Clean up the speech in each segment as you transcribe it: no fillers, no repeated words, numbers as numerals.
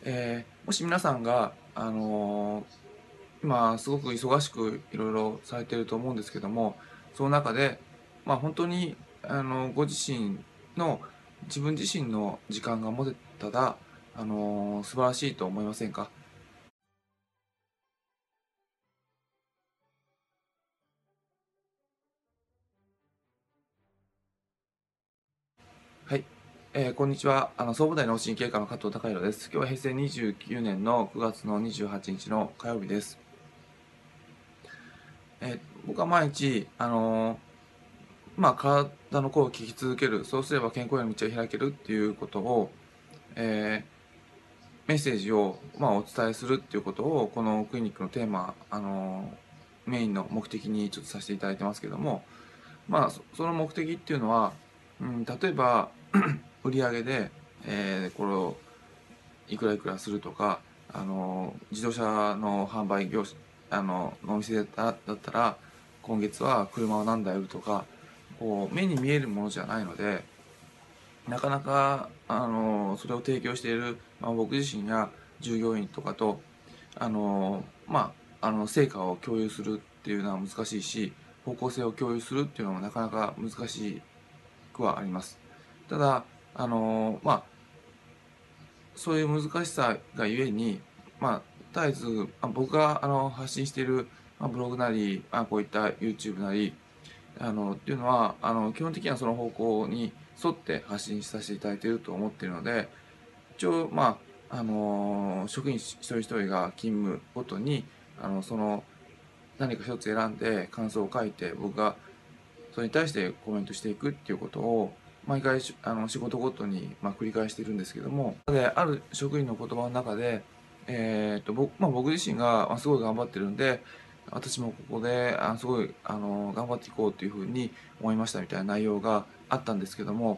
もし皆さんが、今すごく忙しくいろいろされていると思うんですけども、その中で、本当にご自身の自分自身の時間が持てたら、素晴らしいと思いませんか？はい。こんにちは。総務大脳神経科の加藤孝弘です。今日は平成29年の9月の28日の火曜日です。僕は毎日、体の声を聞き続ける、そうすれば健康への道を開けるっていうことを、えメッセージを、お伝えするっていうことを、このクリニックのテーマ、メインの目的にちょっとさせていただいてますけども、その目的っていうのは、例えば、売上で、これをいくらいくらするとか、自動車の販売業者、お店だったら、今月は車を何台売るとか、こう、目に見えるものじゃないので、なかなか、それを提供している、僕自身や従業員とかと、成果を共有するっていうのは難しいし、方向性を共有するっていうのもなかなか難しくはあります。ただ、そういう難しさがゆえに、絶えず、僕が発信している、ブログなり、こういった YouTube なり、っていうのは基本的にはその方向に沿って発信させていただいていると思っているので、一応職員一人一人が勤務ごとにその何か一つ選んで感想を書いて、僕がそれに対してコメントしていくっていうことを毎回仕事ごとに繰り返しているんですけども、である職員の言葉の中で、僕自身がすごい頑張ってるんで、私もここですごい頑張っていこうというふうに思いましたみたいな内容があったんですけども、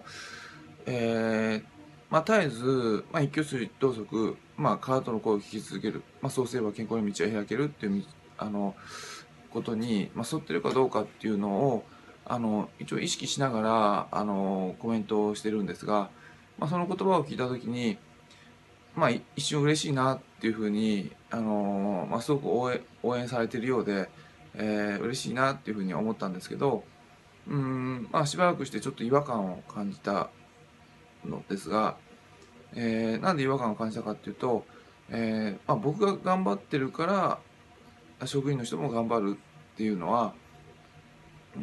絶えず、一挙手一投足、体の声を聞き続ける、そうすれば健康に道を開けるっていうことに、沿ってるかどうかっていうのを一応意識しながらコメントをしてるんですが、その言葉を聞いた時に、一瞬嬉しいなっていうふうにすごく応援されているようで、嬉しいなっていうふうに思ったんですけど、しばらくしてちょっと違和感を感じたのですが、なんで違和感を感じたかっていうと、僕が頑張ってるから職員の人も頑張るっていうのは、うん、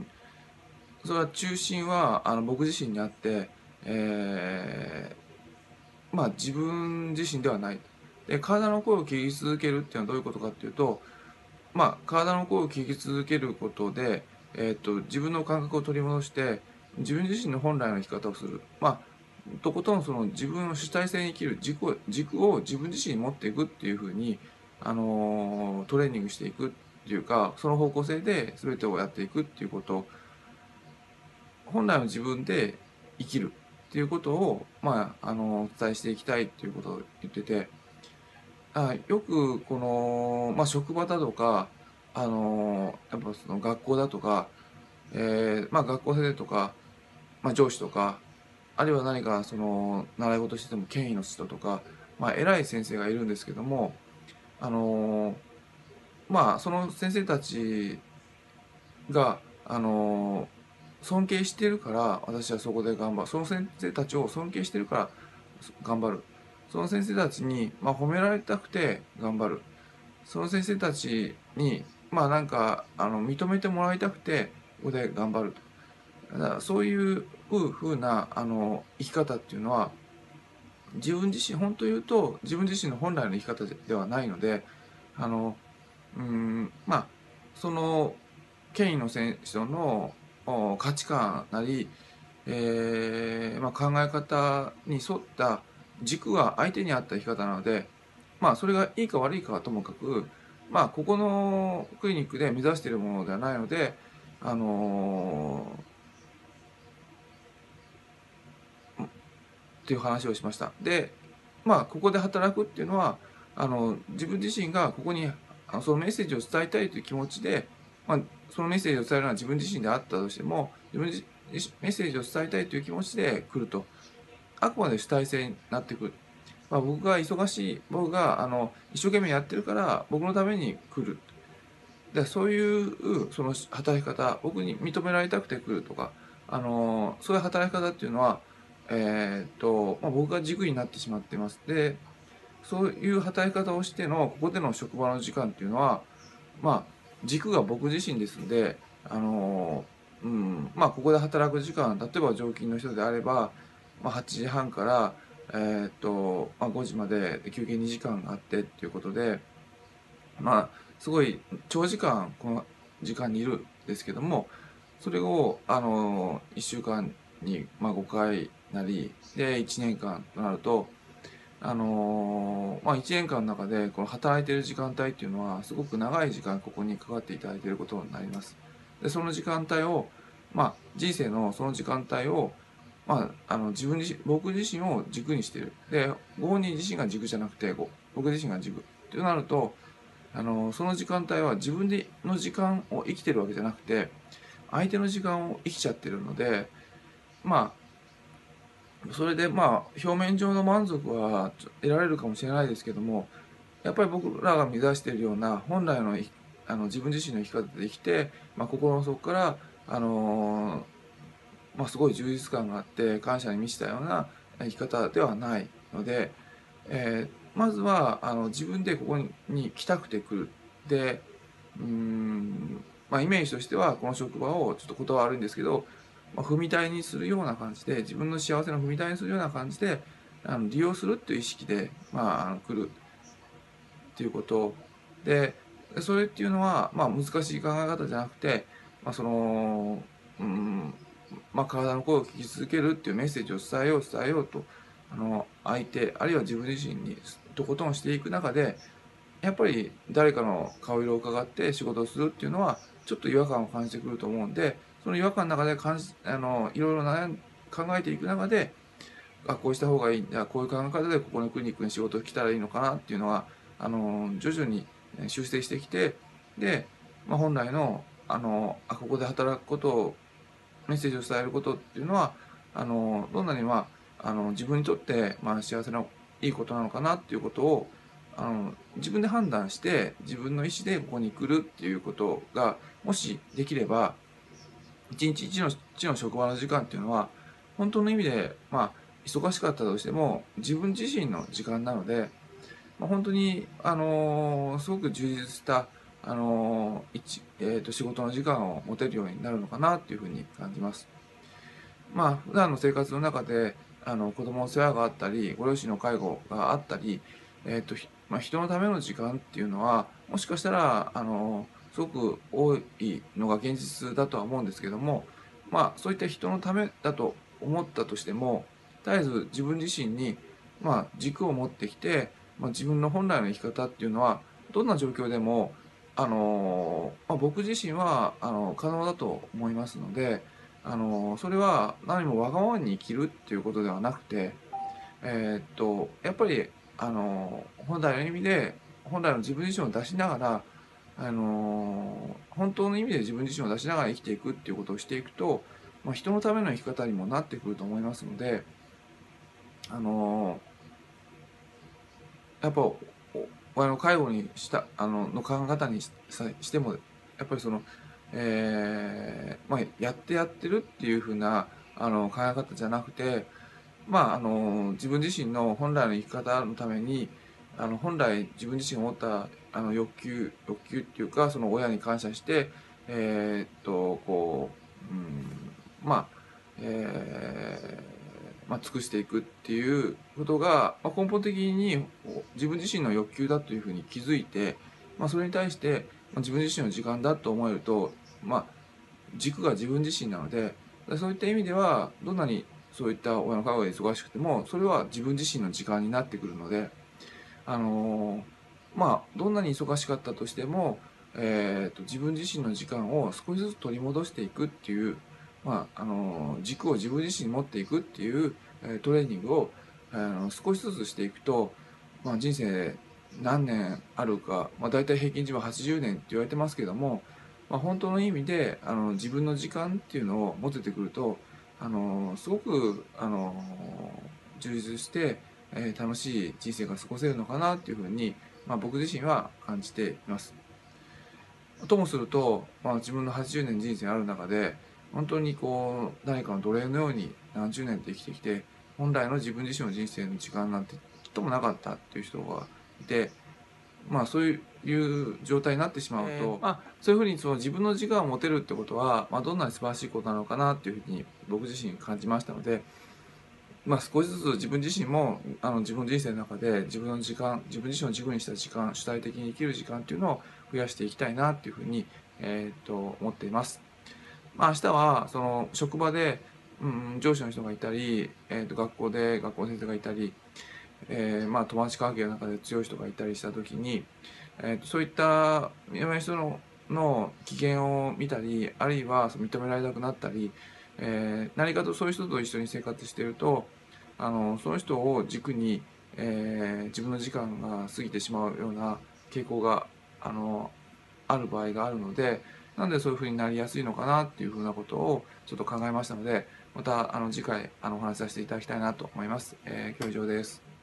それは中心は僕自身にあって、え自分自身ではない。で、体の声を聞き続けるっていうのはどういうことかっていうと、体の声を聞き続けることで、自分の感覚を取り戻して、自分自身の本来の生き方をする。とことんその自分の主体性に生きる軸を自分自身に持っていくっていうふうに、トレーニングしていくっていうか、その方向性で全てをやっていくっていうこと、本来の自分で生きるっていうことを、お伝えしていきたいっていうことを言ってて、よくこの、職場だとか、やっぱその学校だとか、学校生とか、上司とか、あるいは何かその習い事してても権威の人とか、偉い先生がいるんですけども、あのその先生たちが尊敬してるから私はそこで頑張る、その先生たちを尊敬してるから頑張る、その先生たちに、褒められたくて頑張る、その先生たちに認めてもらいたくてここで頑張る。だからそういうふうな生き方っていうのは、自分自身、本当言うと自分自身の本来の生き方ではないので、あのうん、その権威の人の価値観なり、考え方に沿った軸は相手に合った生き方なので、それがいいか悪いかはともかく、ここのクリニックで目指しているものではないので、あのっていう話をしました。で、ここで働くっていうのは、自分自身がここにそのメッセージを伝えたいという気持ちで、そのメッセージを伝えるのは自分自身であったとしても、メッセージを伝えたいという気持ちで来ると。あくまで主体性になってくる。 僕が一生懸命やってるから僕のために来る。で、そういうその働き方、僕に認められたくて来るとか、そういう働き方っていうのは、僕が軸になってしまっています。で、そういう働き方をしての、ここでの職場の時間っていうのは、軸が僕自身ですので、ここで働く時間、例えば常勤の人であれば、8時半から、5時まで休憩2時間があってっていうことで、すごい長時間この時間にいるんですけども、それを1週間に5回なりで1年間となると、1年間の中でこの働いている時間帯っていうのはすごく長い時間ここにかかっていただいていることになります。でその時間帯を、人生のその時間帯を、僕自身を軸にしている。でご本人自身が軸じゃなくて僕自身が軸となると、その時間帯は自分の時間を生きてるわけじゃなくて相手の時間を生きちゃってるので、まそれで表面上の満足は得られるかもしれないですけども、やっぱり僕らが目指しているような本来の自分自身の生き方で生きて、心の底から、すごい充実感があって感謝に満ちたような生き方ではないので、まずは自分でここに来たくて来る。でイメージとしてはこの職場をちょっと言葉悪いんですけど、踏み台にするような感じで自分の幸せの踏み台にするような感じで利用するっていう意識で、来るっていうことで、それっていうのは、難しい考え方じゃなくて、その体の声を聞き続けるっていうメッセージを伝えようと相手あるいは自分自身にとことんしていく中で、やっぱり誰かの顔色を伺って仕事をするっていうのはちょっと違和感を感じてくると思うんで、その違和感の中でいろいろ考えていく中で、こうした方がいいんだ、こういう考え方でここのクリニックに仕事を来たらいいのかなっていうのは徐々に修正してきて、で、本来のここで働くことをメッセージを伝えることっていうのはどんなに自分にとって幸せないいことなのかなっていうことを自分で判断して自分の意思でここに来るっていうことがもしできれば、一日一の職場の時間っていうのは本当の意味で忙しかったとしても自分自身の時間なので、本当にすごく充実した仕事の時間を持てるようになるのかなっていうふうに感じます。普段の生活の中で子供の世話があったりご両親の介護があったり、人のための時間っていうのはもしかしたらすごく多いのが現実だとは思うんですけども、そういった人のためだと思ったとしても絶えず自分自身に軸を持ってきて、自分の本来の生き方っていうのはどんな状況でも僕自身は可能だと思いますので、それは何もわがままに生きるっていうことではなくて、やっぱり本来の意味で本来の自分自身を出しながら、本当の意味で自分自身を出しながら生きていくっていうことをしていくと、人のための生き方にもなってくると思いますので、あのやっぱ介護にしたの考え方にしてもやっぱりやってるっていう風な考え方じゃなくて、自分自身の本来の生き方のために本来自分自身が持った欲求っていうか、その親に感謝して、こう、まあ、え尽くしていくっていうことが、根本的に自分自身の欲求だというふうに気づいて、それに対して、自分自身の時間だと思えると、軸が自分自身なので、そういった意味ではどんなにそういった親の介護で忙しくてもそれは自分自身の時間になってくるので、どんなに忙しかったとしても、自分自身の時間を少しずつ取り戻していくっていう、軸を自分自身に持っていくっていう、トレーニングを、少しずつしていくと、人生何年あるか、大体平均値は80年って言われてますけども、本当の意味で自分の時間っていうのを持ててくるとすごく充実して、 楽しい人生が過ごせるのかなっていうふうに、僕自身は感じています。ともすると、自分の80年人生ある中で本当にこう誰かの奴隷のように何十年と生きてきて、本来の自分自身の人生の時間なんてちっともなかったっていう人がいて、そういう状態になってしまうと、そういうふうにその自分の時間を持てるってことは、どんなに素晴らしいことなのかなっていうふうに僕自身感じましたので、少しずつ自分自身も自分の人生の中で自分の時間、自分自身を軸にした時間、主体的に生きる時間っていうのを増やしていきたいなっていうふうに、思っています。明日はその職場で、上司の人がいたり、学校で学校の先生がいたり、友達関係の中で強い人がいたりした時に、そういったいろんな人の機嫌を見たり、あるいは認められなくなったり、何かとそういう人と一緒に生活していると、その人を軸に、自分の時間が過ぎてしまうような傾向がある場合があるので、なんでそういうふうになりやすいのかなっていうふうなことをちょっと考えましたので、また次回お話しさせていただきたいなと思います。今日は以上です。